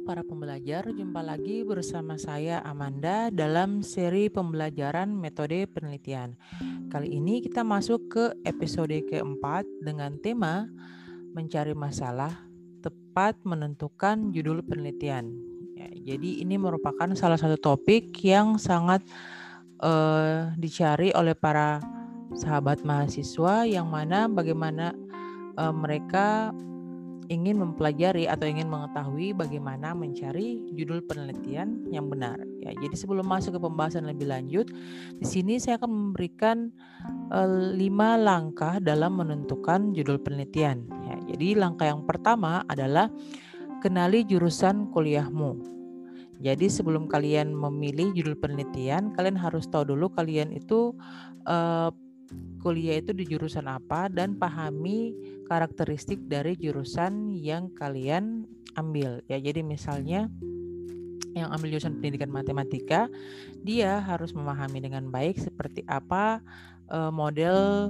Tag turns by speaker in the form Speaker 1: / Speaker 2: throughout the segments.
Speaker 1: para pembelajar, jumpa lagi bersama saya Amanda dalam seri pembelajaran metode penelitian. Kali ini kita masuk ke episode keempat dengan tema mencari masalah, tepat menentukan judul penelitian. Ya, jadi ini merupakan salah satu topik yang sangat dicari oleh para sahabat mahasiswa yang mana bagaimana mereka ingin mempelajari atau ingin mengetahui bagaimana mencari judul penelitian yang benar. Ya, jadi sebelum masuk ke pembahasan lebih lanjut, di sini saya akan memberikan 5 langkah dalam menentukan judul penelitian. Ya, jadi langkah yang pertama adalah kenali jurusan kuliahmu. Jadi sebelum kalian memilih judul penelitian, kalian harus tahu dulu kalian itu kuliah itu di jurusan apa dan pahami karakteristik dari jurusan yang kalian ambil. Ya, jadi misalnya yang ambil jurusan pendidikan matematika, dia harus memahami dengan baik seperti apa model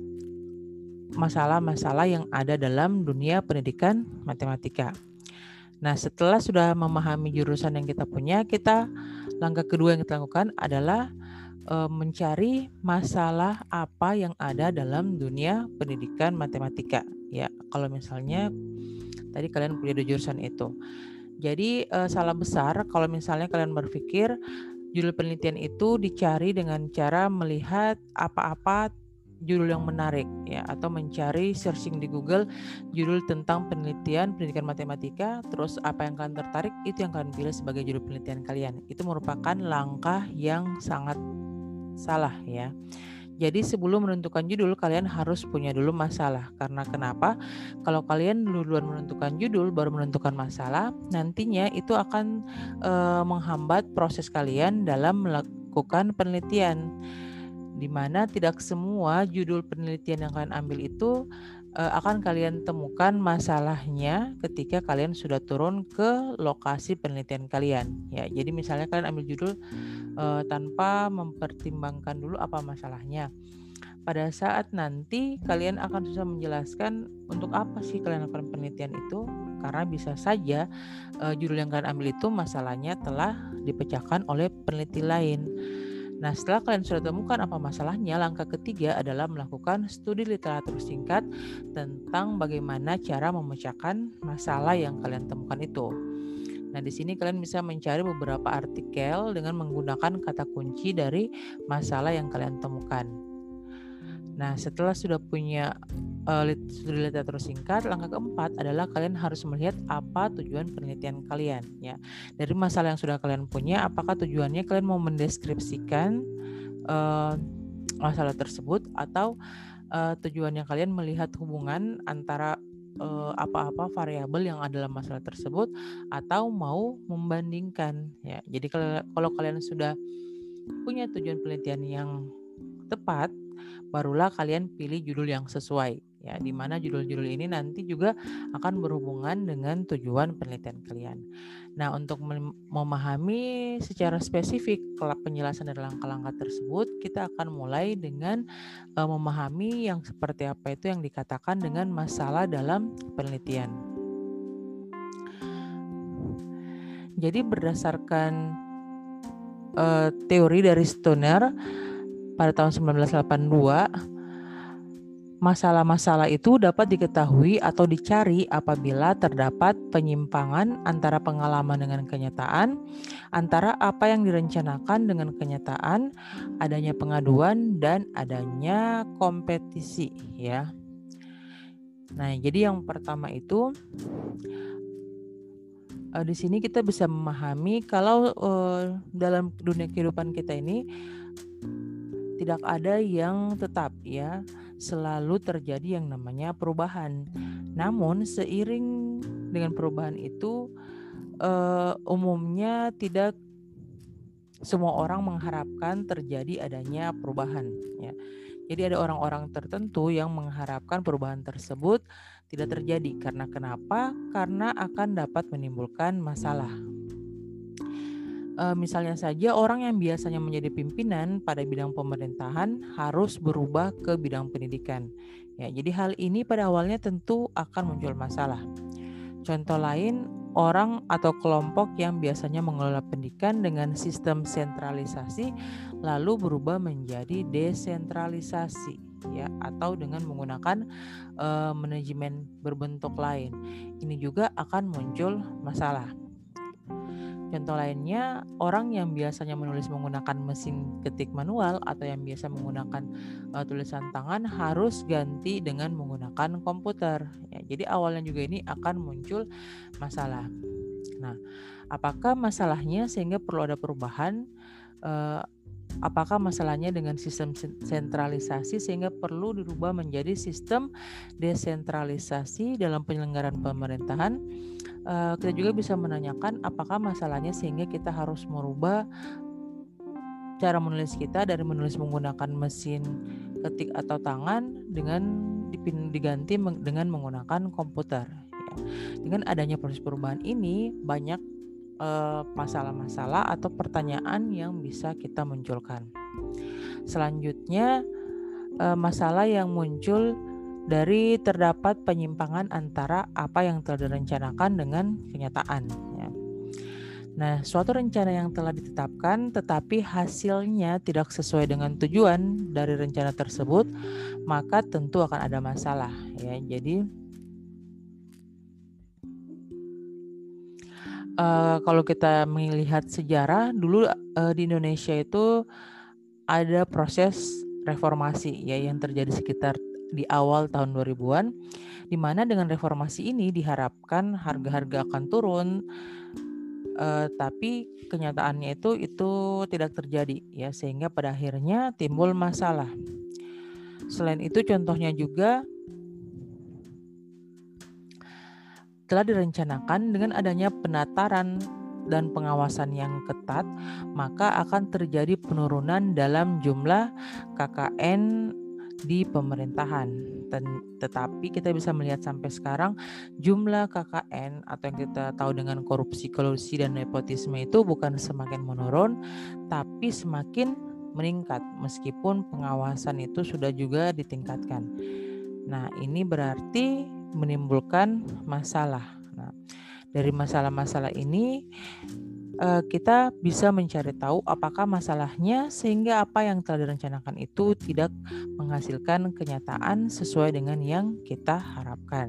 Speaker 1: masalah-masalah yang ada dalam dunia pendidikan matematika. Nah, setelah sudah memahami jurusan yang kita punya, langkah kedua yang kita lakukan adalah mencari masalah apa yang ada dalam dunia pendidikan matematika. Ya, kalau misalnya tadi kalian kuliah di jurusan itu. Jadi salah besar kalau misalnya kalian berpikir judul penelitian itu dicari dengan cara melihat apa-apa judul yang menarik, ya, atau mencari searching di Google judul tentang penelitian pendidikan matematika, terus apa yang kalian tertarik itu yang kalian pilih sebagai judul penelitian kalian. Itu merupakan langkah yang sangat salah, ya. Jadi sebelum menentukan judul kalian harus punya dulu masalah. Karena kenapa? Kalau kalian duluan menentukan judul baru menentukan masalah, nantinya itu akan menghambat proses kalian dalam melakukan penelitian. Di mana tidak semua judul penelitian yang kalian ambil itu akan kalian temukan masalahnya ketika kalian sudah turun ke lokasi penelitian kalian. Ya, jadi misalnya kalian ambil judul tanpa mempertimbangkan dulu apa masalahnya. Pada saat nanti kalian akan susah menjelaskan untuk apa sih kalian lakukan penelitian itu, karena bisa saja judul yang kalian ambil itu masalahnya telah dipecahkan oleh peneliti lain. Nah, setelah kalian sudah temukan apa masalahnya, langkah ketiga adalah melakukan studi literatur singkat tentang bagaimana cara memecahkan masalah yang kalian temukan itu. Nah, di sini kalian bisa mencari beberapa artikel dengan menggunakan kata kunci dari masalah yang kalian temukan. Nah, setelah sudah punya studi literatur singkat, langkah keempat adalah kalian harus melihat apa tujuan penelitian kalian, ya. Dari masalah yang sudah kalian punya, apakah tujuannya kalian mau mendeskripsikan masalah tersebut atau tujuannya kalian melihat hubungan antara apa-apa variabel yang ada dalam masalah tersebut atau mau membandingkan, ya. Jadi kalau kalian sudah punya tujuan penelitian yang tepat, barulah kalian pilih judul yang sesuai, ya, di mana judul-judul ini nanti juga akan berhubungan dengan tujuan penelitian kalian. Nah, untuk memahami secara spesifik penjelasan dari langkah-langkah tersebut, kita akan mulai dengan memahami yang seperti apa itu yang dikatakan dengan masalah dalam penelitian. Jadi berdasarkan teori dari Stoner pada tahun 1982, masalah-masalah itu dapat diketahui atau dicari apabila terdapat penyimpangan antara pengalaman dengan kenyataan, antara apa yang direncanakan dengan kenyataan, adanya pengaduan, dan adanya kompetisi, ya. Nah, jadi yang pertama itu di sini kita bisa memahami kalau dalam dunia kehidupan kita ini tidak ada yang tetap, ya. Selalu terjadi yang namanya perubahan. Namun seiring dengan perubahan itu umumnya tidak semua orang mengharapkan terjadi adanya perubahan, ya. Jadi ada orang-orang tertentu yang mengharapkan perubahan tersebut tidak terjadi. Karena kenapa? Karena akan dapat menimbulkan masalah. Misalnya saja orang yang biasanya menjadi pimpinan pada bidang pemerintahan harus berubah ke bidang pendidikan. Ya, jadi hal ini pada awalnya tentu akan muncul masalah. Contoh lain, orang atau kelompok yang biasanya mengelola pendidikan dengan sistem sentralisasi lalu berubah menjadi desentralisasi ya, atau dengan menggunakan manajemen berbentuk lain. Ini juga akan muncul masalah. Contoh lainnya, orang yang biasanya menulis menggunakan mesin ketik manual atau yang biasa menggunakan tulisan tangan harus ganti dengan menggunakan komputer. Ya, jadi awalnya juga ini akan muncul masalah. Nah, apakah masalahnya sehingga perlu ada perubahan? Apakah masalahnya dengan sistem sentralisasi sehingga perlu dirubah menjadi sistem desentralisasi dalam penyelenggaraan pemerintahan? Kita juga bisa menanyakan apakah masalahnya sehingga kita harus merubah cara menulis kita dari menulis menggunakan mesin ketik atau tangan diganti dengan menggunakan komputer. Ya. Dengan adanya proses perubahan ini banyak masalah-masalah atau pertanyaan yang bisa kita munculkan. Selanjutnya masalah yang muncul dari terdapat penyimpangan antara apa yang telah direncanakan dengan kenyataan. Ya. Nah, suatu rencana yang telah ditetapkan tetapi hasilnya tidak sesuai dengan tujuan dari rencana tersebut, maka tentu akan ada masalah. Ya, jadi kalau kita melihat sejarah dulu di Indonesia itu ada proses reformasi ya yang terjadi sekitar di awal tahun 2000-an, di mana dengan reformasi ini diharapkan harga-harga akan turun, tapi kenyataannya itu tidak terjadi ya, sehingga pada akhirnya timbul masalah. Selain itu contohnya juga telah direncanakan dengan adanya penataran dan pengawasan yang ketat, maka akan terjadi penurunan dalam jumlah KKN di pemerintahan. Tetapi kita bisa melihat sampai sekarang jumlah KKN atau yang kita tahu dengan korupsi, kolusi, dan nepotisme itu bukan semakin menurun, tapi semakin meningkat meskipun pengawasan itu sudah juga ditingkatkan. Nah, ini berarti menimbulkan masalah. Nah, dari masalah-masalah ini kita bisa mencari tahu apakah masalahnya sehingga apa yang telah direncanakan itu tidak menghasilkan kenyataan sesuai dengan yang kita harapkan.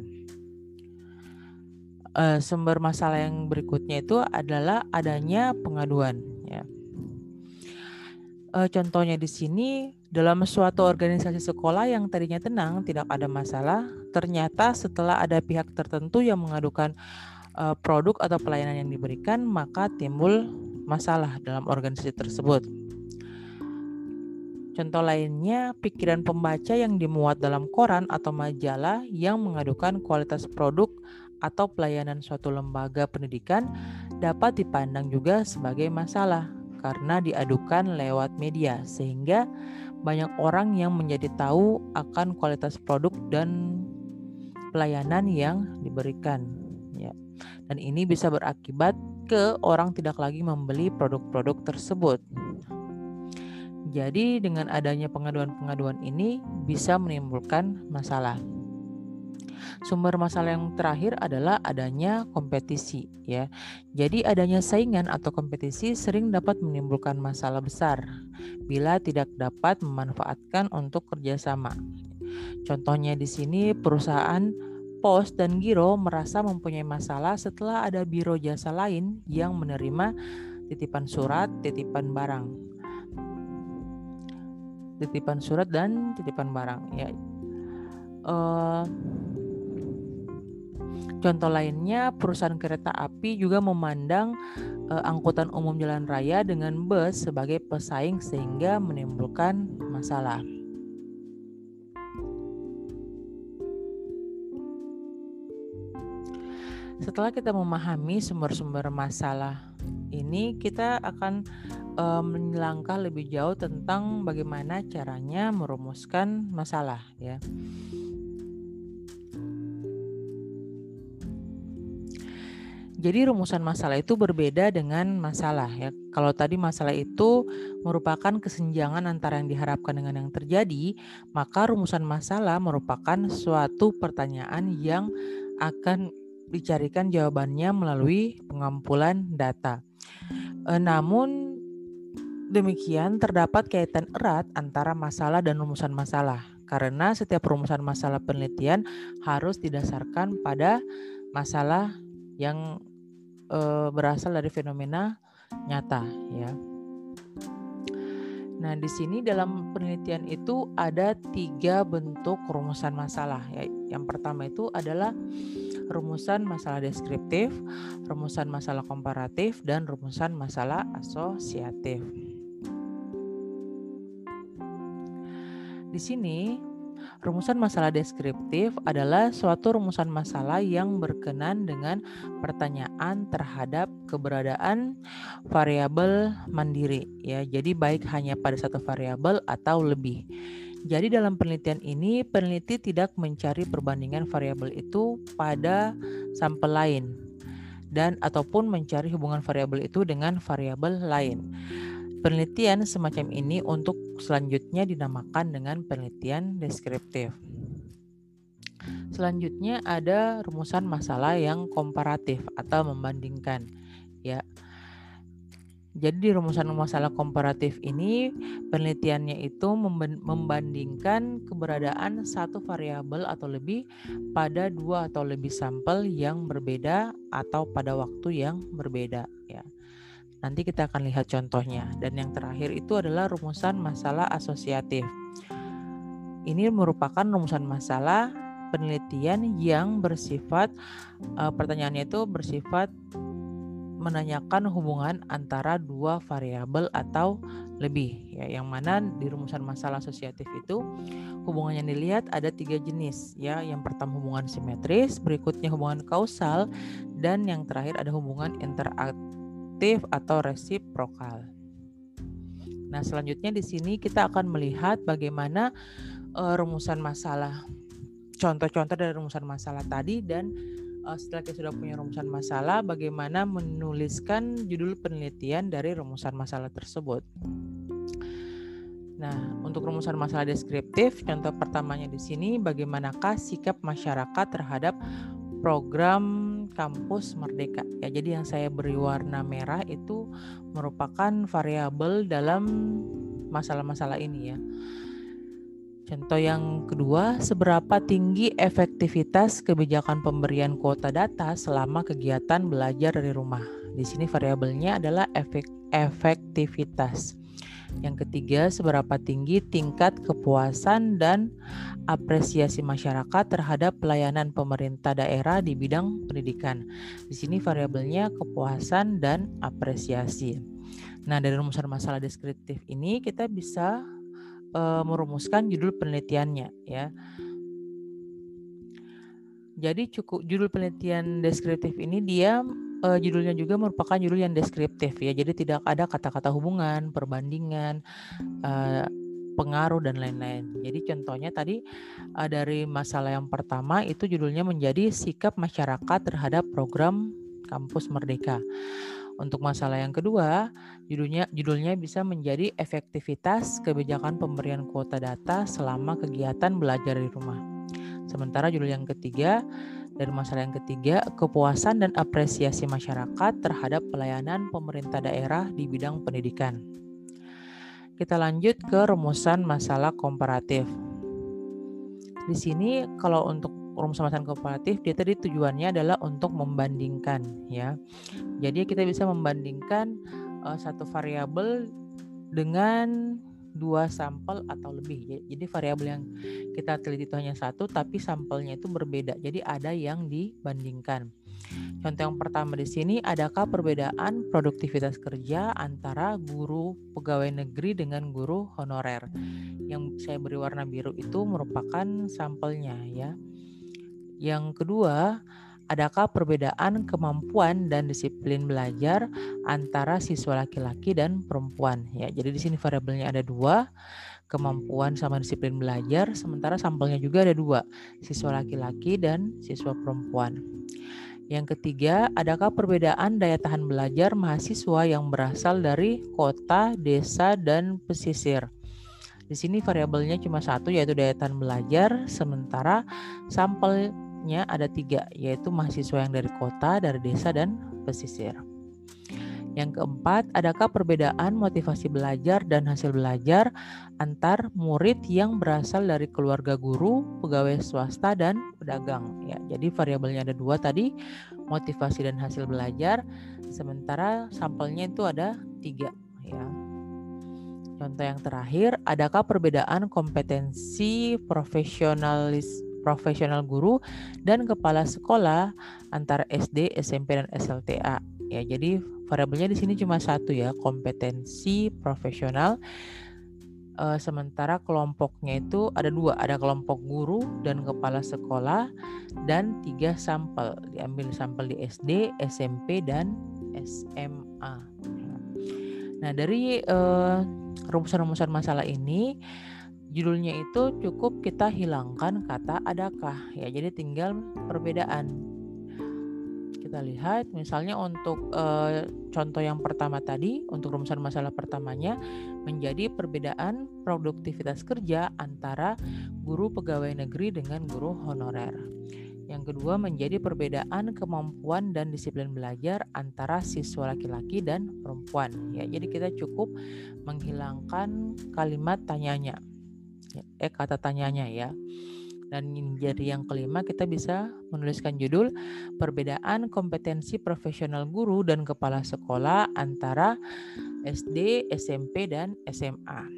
Speaker 1: Sumber masalah yang berikutnya itu adalah adanya pengaduan. Ya. Contohnya di sini dalam suatu organisasi sekolah yang tadinya tenang, tidak ada masalah, ternyata setelah ada pihak tertentu yang mengadukan produk atau pelayanan yang diberikan, maka timbul masalah dalam organisasi tersebut. Contoh lainnya, pikiran pembaca yang dimuat dalam koran atau majalah yang mengadukan kualitas produk atau pelayanan suatu lembaga pendidikan dapat dipandang juga sebagai masalah karena diadukan lewat media, sehingga banyak orang yang menjadi tahu akan kualitas produk dan pelayanan yang diberikan. Ya. Dan ini bisa berakibat ke orang tidak lagi membeli produk-produk tersebut. Jadi dengan adanya pengaduan-pengaduan ini bisa menimbulkan masalah. Sumber masalah yang terakhir adalah adanya kompetisi ya. Jadi adanya saingan atau kompetisi sering dapat menimbulkan masalah besar bila tidak dapat memanfaatkan untuk kerjasama. Contohnya di sini perusahaan Pos dan Giro merasa mempunyai masalah setelah ada biro jasa lain yang menerima titipan surat, titipan surat dan titipan barang. Ya. Contoh lainnya, perusahaan kereta api juga memandang angkutan umum jalan raya dengan bus sebagai pesaing sehingga menimbulkan masalah. Setelah kita memahami sumber-sumber masalah ini, kita akan melangkah lebih jauh tentang bagaimana caranya merumuskan masalah ya. Jadi rumusan masalah itu berbeda dengan masalah ya. Kalau tadi masalah itu merupakan kesenjangan antara yang diharapkan dengan yang terjadi, maka rumusan masalah merupakan suatu pertanyaan yang akan dicarikan jawabannya melalui pengumpulan data. Namun demikian terdapat kaitan erat antara masalah dan rumusan masalah, karena setiap rumusan masalah penelitian harus didasarkan pada masalah yang berasal dari fenomena nyata, ya. Nah, di sini dalam penelitian itu ada 3 bentuk rumusan masalah, ya. Yang pertama itu adalah rumusan masalah deskriptif, rumusan masalah komparatif, dan rumusan masalah asosiatif. Di sini, rumusan masalah deskriptif adalah suatu rumusan masalah yang berkenan dengan pertanyaan terhadap keberadaan variabel mandiri, ya. Jadi baik hanya pada satu variabel atau lebih. Jadi dalam penelitian ini, peneliti tidak mencari perbandingan variabel itu pada sampel lain dan ataupun mencari hubungan variabel itu dengan variabel lain. Penelitian semacam ini untuk selanjutnya dinamakan dengan penelitian deskriptif. Selanjutnya ada rumusan masalah yang komparatif atau membandingkan, ya. Jadi di rumusan masalah komparatif ini penelitiannya itu membandingkan keberadaan satu variabel atau lebih pada 2 atau lebih sampel yang berbeda atau pada waktu yang berbeda, ya. Nanti kita akan lihat contohnya. Dan yang terakhir itu adalah rumusan masalah asosiatif. Ini merupakan rumusan masalah penelitian yang bersifat pertanyaannya itu bersifat menanyakan hubungan antara 2 variabel atau lebih, ya. Yang mana di rumusan masalah asosiatif itu hubungan yang dilihat ada 3 jenis, ya. Yang pertama hubungan simetris, berikutnya hubungan kausal, dan yang terakhir ada hubungan interaktif atau resiprokal. Nah, selanjutnya di sini kita akan melihat bagaimana rumusan masalah, contoh-contoh dari rumusan masalah tadi, dan setelah kita sudah punya rumusan masalah, bagaimana menuliskan judul penelitian dari rumusan masalah tersebut. Nah, untuk rumusan masalah deskriptif, contoh pertamanya di sini, bagaimanakah sikap masyarakat terhadap program Kampus Merdeka, ya. Jadi yang saya beri warna merah itu merupakan variabel dalam masalah-masalah ini, ya. Contoh yang kedua, seberapa tinggi efektivitas kebijakan pemberian kuota data selama kegiatan belajar dari rumah. Di sini variabelnya adalah efektivitas. Yang ketiga, seberapa tinggi tingkat kepuasan dan apresiasi masyarakat terhadap pelayanan pemerintah daerah di bidang pendidikan. Di sini variabelnya kepuasan dan apresiasi. Nah, dari rumusan masalah deskriptif ini kita bisa merumuskan judul penelitiannya, ya. Jadi cukup judul penelitian deskriptif ini dia judulnya juga merupakan judul yang deskriptif, ya. Jadi tidak ada kata-kata hubungan, perbandingan, pengaruh dan lain-lain. Jadi contohnya tadi dari masalah yang pertama itu judulnya menjadi sikap masyarakat terhadap program Kampus Merdeka. Untuk masalah yang kedua, judulnya bisa menjadi efektivitas kebijakan pemberian kuota data selama kegiatan belajar di rumah. Sementara judul yang ketiga, dari masalah yang ketiga, kepuasan dan apresiasi masyarakat terhadap pelayanan pemerintah daerah di bidang pendidikan. Kita lanjut ke rumusan masalah komparatif. Di sini kalau untuk rumusan masalah komparatif, dia tadi tujuannya adalah untuk membandingkan, ya. Jadi kita bisa membandingkan satu variabel dengan 2 sampel atau lebih. Jadi variabel yang kita teliti itu hanya satu, tapi sampelnya itu berbeda. Jadi ada yang dibandingkan. Contoh yang pertama di sini, adakah perbedaan produktivitas kerja antara guru pegawai negeri dengan guru honorer? Yang saya beri warna biru itu merupakan sampelnya, ya. Yang kedua, adakah perbedaan kemampuan dan disiplin belajar antara siswa laki-laki dan perempuan? Ya, jadi di sini variabelnya ada 2, kemampuan sama disiplin belajar, sementara sampelnya juga ada 2, siswa laki-laki dan siswa perempuan. Yang ketiga, adakah perbedaan daya tahan belajar mahasiswa yang berasal dari kota, desa, dan pesisir? Di sini variabelnya cuma 1, yaitu daya tahan belajar, sementara sampel selanjutnya ada 3, yaitu mahasiswa yang dari kota, dari desa, dan pesisir. Yang keempat, adakah perbedaan motivasi belajar dan hasil belajar antar murid yang berasal dari keluarga guru, pegawai swasta, dan pedagang? Ya, jadi variabelnya ada 2 tadi, motivasi dan hasil belajar, sementara sampelnya itu ada 3. Ya. Contoh yang terakhir, adakah perbedaan kompetensi profesional guru dan kepala sekolah antara SD, SMP, dan SLTA? Ya, jadi variabelnya di sini cuma 1 ya, kompetensi profesional. Sementara kelompoknya itu ada 2, ada kelompok guru dan kepala sekolah, dan 3 sampel. Diambil sampel di SD, SMP, dan SMA. Nah, dari rumusan-rumusan masalah ini, judulnya itu cukup kita hilangkan kata adakah ya, jadi tinggal perbedaan. Kita lihat misalnya untuk contoh yang pertama tadi, untuk rumusan masalah pertamanya menjadi perbedaan produktivitas kerja antara guru pegawai negeri dengan guru honorer. Yang kedua menjadi perbedaan kemampuan dan disiplin belajar antara siswa laki-laki dan perempuan. Ya, jadi kita cukup menghilangkan kalimat tanyanya, kata tanyanya ya. Dan jadi yang kelima kita bisa menuliskan judul perbedaan kompetensi profesional guru dan kepala sekolah antara SD, SMP, dan SMA.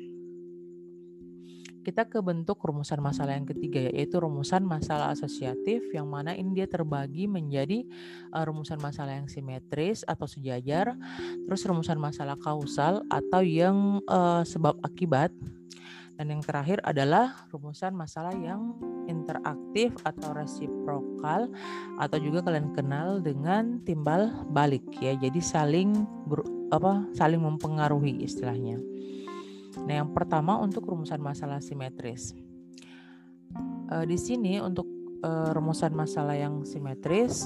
Speaker 1: Kita ke bentuk rumusan masalah yang ketiga, yaitu rumusan masalah asosiatif, yang mana ini dia terbagi menjadi rumusan masalah yang simetris atau sejajar, terus rumusan masalah kausal atau yang sebab akibat, dan yang terakhir adalah rumusan masalah yang interaktif atau resiprokal, atau juga kalian kenal dengan timbal balik ya. Jadi saling mempengaruhi istilahnya. Nah, yang pertama untuk rumusan masalah simetris. Di sini untuk rumusan masalah yang simetris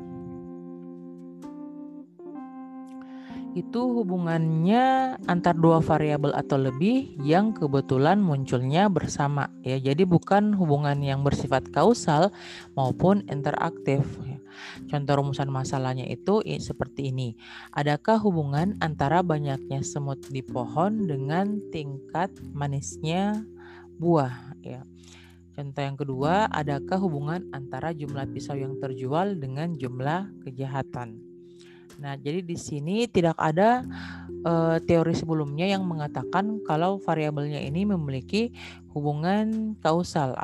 Speaker 1: itu hubungannya antar 2 variabel atau lebih yang kebetulan munculnya bersama ya. Jadi bukan hubungan yang bersifat kausal maupun interaktif. Contoh rumusan masalahnya itu seperti ini. Adakah hubungan antara banyaknya semut di pohon dengan tingkat manisnya buah ya. Contoh yang kedua, adakah hubungan antara jumlah pisau yang terjual dengan jumlah kejahatan? Nah, jadi di sini tidak ada teori sebelumnya yang mengatakan kalau variabelnya ini memiliki hubungan kausal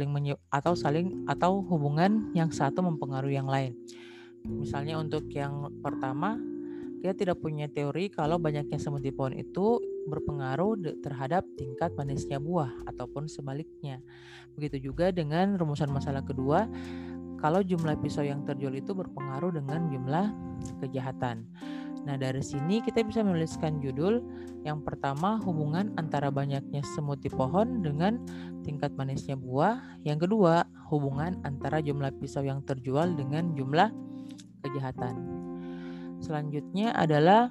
Speaker 1: atau hubungan yang satu mempengaruhi yang lain. Misalnya untuk yang pertama, kita tidak punya teori kalau banyaknya semut di pohon itu berpengaruh terhadap tingkat manisnya buah ataupun sebaliknya. Begitu juga dengan rumusan masalah kedua, kalau jumlah pisau yang terjual itu berpengaruh dengan jumlah kejahatan. Nah, dari sini kita bisa menuliskan judul yang pertama, hubungan antara banyaknya semut di pohon dengan tingkat manisnya buah. Yang kedua, hubungan antara jumlah pisau yang terjual dengan jumlah kejahatan. Selanjutnya adalah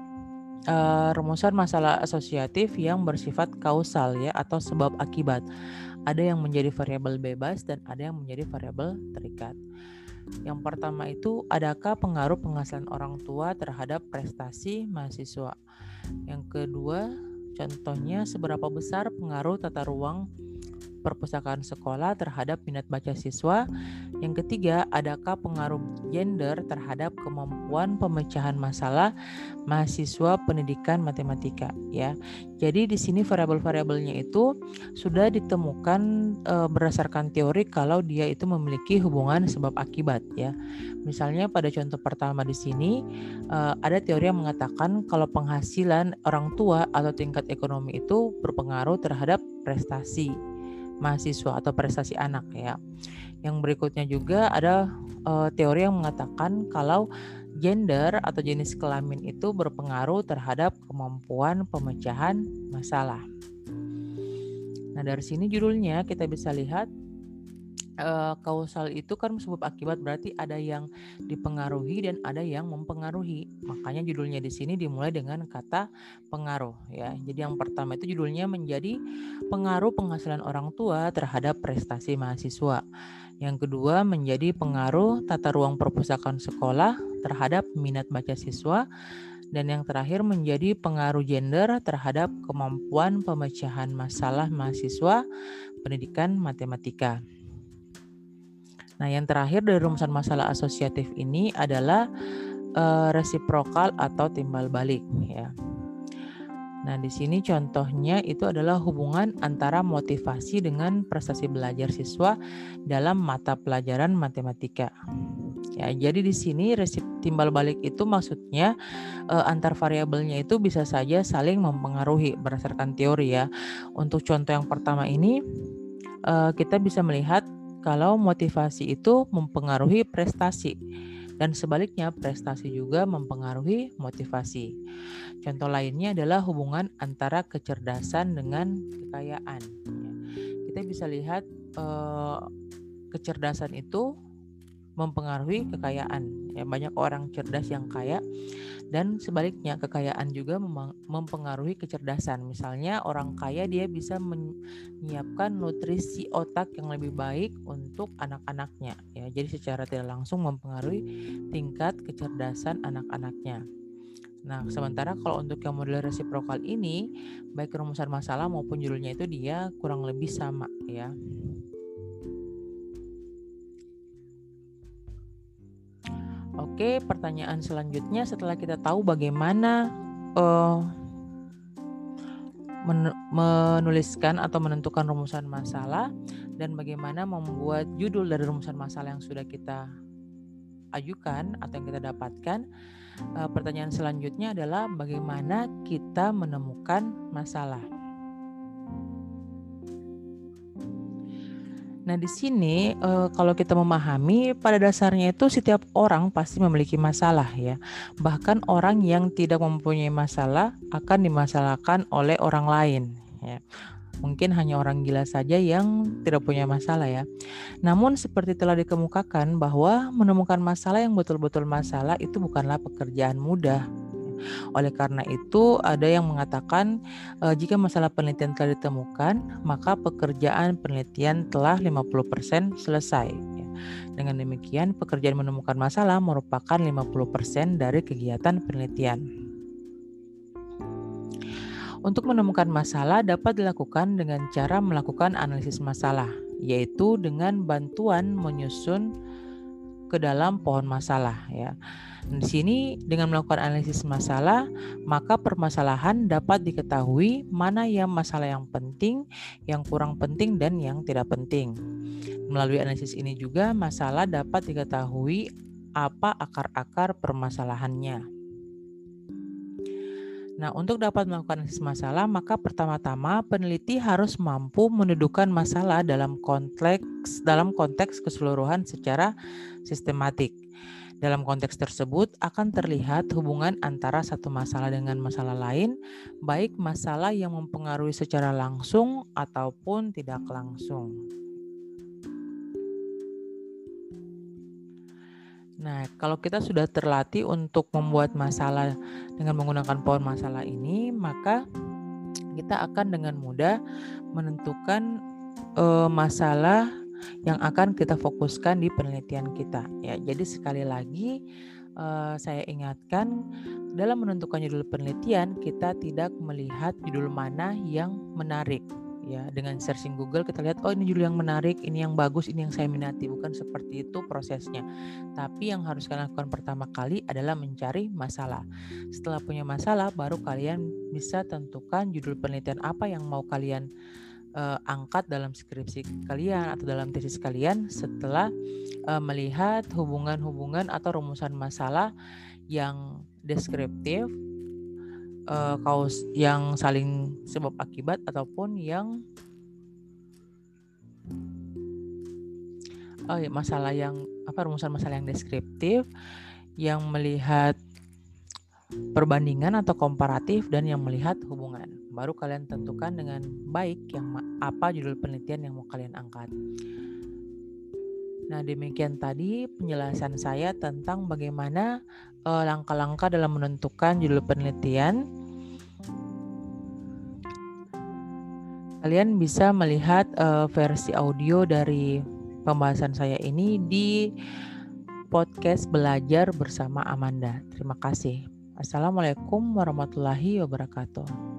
Speaker 1: rumusan masalah asosiatif yang bersifat kausal ya, atau sebab akibat. Ada yang menjadi variabel bebas dan ada yang menjadi variabel terikat. Yang pertama itu, adakah pengaruh penghasilan orang tua terhadap prestasi mahasiswa? Yang kedua, contohnya seberapa besar pengaruh tata ruang perpustakaan sekolah terhadap minat baca siswa. Yang ketiga, adakah pengaruh gender terhadap kemampuan pemecahan masalah mahasiswa pendidikan matematika ya. Jadi di sini variabel-variabelnya itu sudah ditemukan berdasarkan teori kalau dia itu memiliki hubungan sebab akibat ya. Misalnya pada contoh pertama di sini ada teori yang mengatakan kalau penghasilan orang tua atau tingkat ekonomi itu berpengaruh terhadap prestasi mahasiswa atau prestasi anak ya. Yang berikutnya juga ada teori yang mengatakan kalau gender atau jenis kelamin itu berpengaruh terhadap kemampuan pemecahan masalah. Nah, dari sini judulnya kita bisa lihat kausal itu kan sebab akibat, berarti ada yang dipengaruhi dan ada yang mempengaruhi. Makanya judulnya di sini dimulai dengan kata pengaruh ya. Jadi yang pertama itu judulnya menjadi pengaruh penghasilan orang tua terhadap prestasi mahasiswa. Yang kedua, menjadi pengaruh tata ruang perpustakaan sekolah terhadap minat baca siswa. Dan yang terakhir, menjadi pengaruh gender terhadap kemampuan pemecahan masalah mahasiswa pendidikan matematika. Nah, yang terakhir dari rumusan masalah asosiatif ini adalah resiprokal atau timbal balik, ya. Nah, di sini contohnya itu adalah hubungan antara motivasi dengan prestasi belajar siswa dalam mata pelajaran matematika. Ya, jadi di sini timbal balik itu maksudnya antar variabelnya itu bisa saja saling mempengaruhi berdasarkan teori, ya. Untuk contoh yang pertama ini kita bisa melihat kalau motivasi itu mempengaruhi prestasi dan sebaliknya prestasi juga mempengaruhi motivasi. Contoh lainnya adalah hubungan antara kecerdasan dengan kekayaan. Kita bisa lihat kecerdasan itu mempengaruhi kekayaan. Ya, banyak orang cerdas yang kaya dan sebaliknya kekayaan juga mempengaruhi kecerdasan. Misalnya orang kaya dia bisa menyiapkan nutrisi otak yang lebih baik untuk anak-anaknya. Ya, jadi secara tidak langsung mempengaruhi tingkat kecerdasan anak-anaknya. Nah, sementara kalau untuk yang model resiprokal ini, baik rumusan masalah maupun judulnya itu dia kurang lebih sama, ya. Oke, pertanyaan selanjutnya setelah kita tahu bagaimana menuliskan atau menentukan rumusan masalah dan bagaimana membuat judul dari rumusan masalah yang sudah kita ajukan atau yang kita dapatkan, pertanyaan selanjutnya adalah bagaimana kita menemukan masalah. Nah, di sini kalau kita memahami pada dasarnya itu setiap orang pasti memiliki masalah, ya. Bahkan orang yang tidak mempunyai masalah akan dimasalahkan oleh orang lain, ya. Mungkin hanya orang gila saja yang tidak punya masalah, ya. Namun seperti telah dikemukakan bahwa menemukan masalah yang betul-betul masalah itu bukanlah pekerjaan mudah. Oleh karena itu ada yang mengatakan jika masalah penelitian telah ditemukan, maka pekerjaan penelitian telah 50% selesai. Dengan demikian, pekerjaan menemukan masalah merupakan 50% dari kegiatan penelitian. Untuk menemukan masalah dapat dilakukan dengan cara melakukan analisis masalah, yaitu dengan bantuan menyusun ke dalam pohon masalah, ya. Di sini dengan melakukan analisis masalah, maka permasalahan dapat diketahui mana yang masalah yang penting, yang kurang penting, dan yang tidak penting. Melalui analisis ini juga masalah dapat diketahui apa akar-akar permasalahannya. Nah, untuk dapat melakukan analisis masalah, maka pertama-tama peneliti harus mampu mendudukan masalah dalam konteks keseluruhan secara sistematik. Dalam konteks tersebut akan terlihat hubungan antara satu masalah dengan masalah lain, baik masalah yang mempengaruhi secara langsung ataupun tidak langsung. Nah, kalau kita sudah terlatih untuk membuat masalah dengan menggunakan pohon masalah ini, maka kita akan dengan mudah menentukan masalah yang akan kita fokuskan di penelitian kita, ya. Jadi sekali lagi saya ingatkan, dalam menentukan judul penelitian kita tidak melihat judul mana yang menarik, ya. Dengan searching Google kita lihat, oh ini judul yang menarik, ini yang bagus, ini yang saya minati. Bukan seperti itu prosesnya. Tapi yang harus kalian lakukan pertama kali adalah mencari masalah. Setelah punya masalah, baru kalian bisa tentukan judul penelitian apa yang mau kalian angkat dalam skripsi kalian atau dalam tesis kalian setelah melihat hubungan-hubungan atau rumusan masalah yang deskriptif, yang saling sebab akibat, ataupun yang rumusan masalah yang deskriptif, yang melihat perbandingan atau komparatif, dan yang melihat hubungan. Baru kalian tentukan dengan baik apa judul penelitian yang mau kalian angkat. Nah, demikian tadi penjelasan saya tentang bagaimana langkah-langkah dalam menentukan judul penelitian. Kalian bisa melihat versi audio dari pembahasan saya ini di podcast Belajar Bersama Amanda. Terima kasih. Assalamualaikum warahmatullahi wabarakatuh.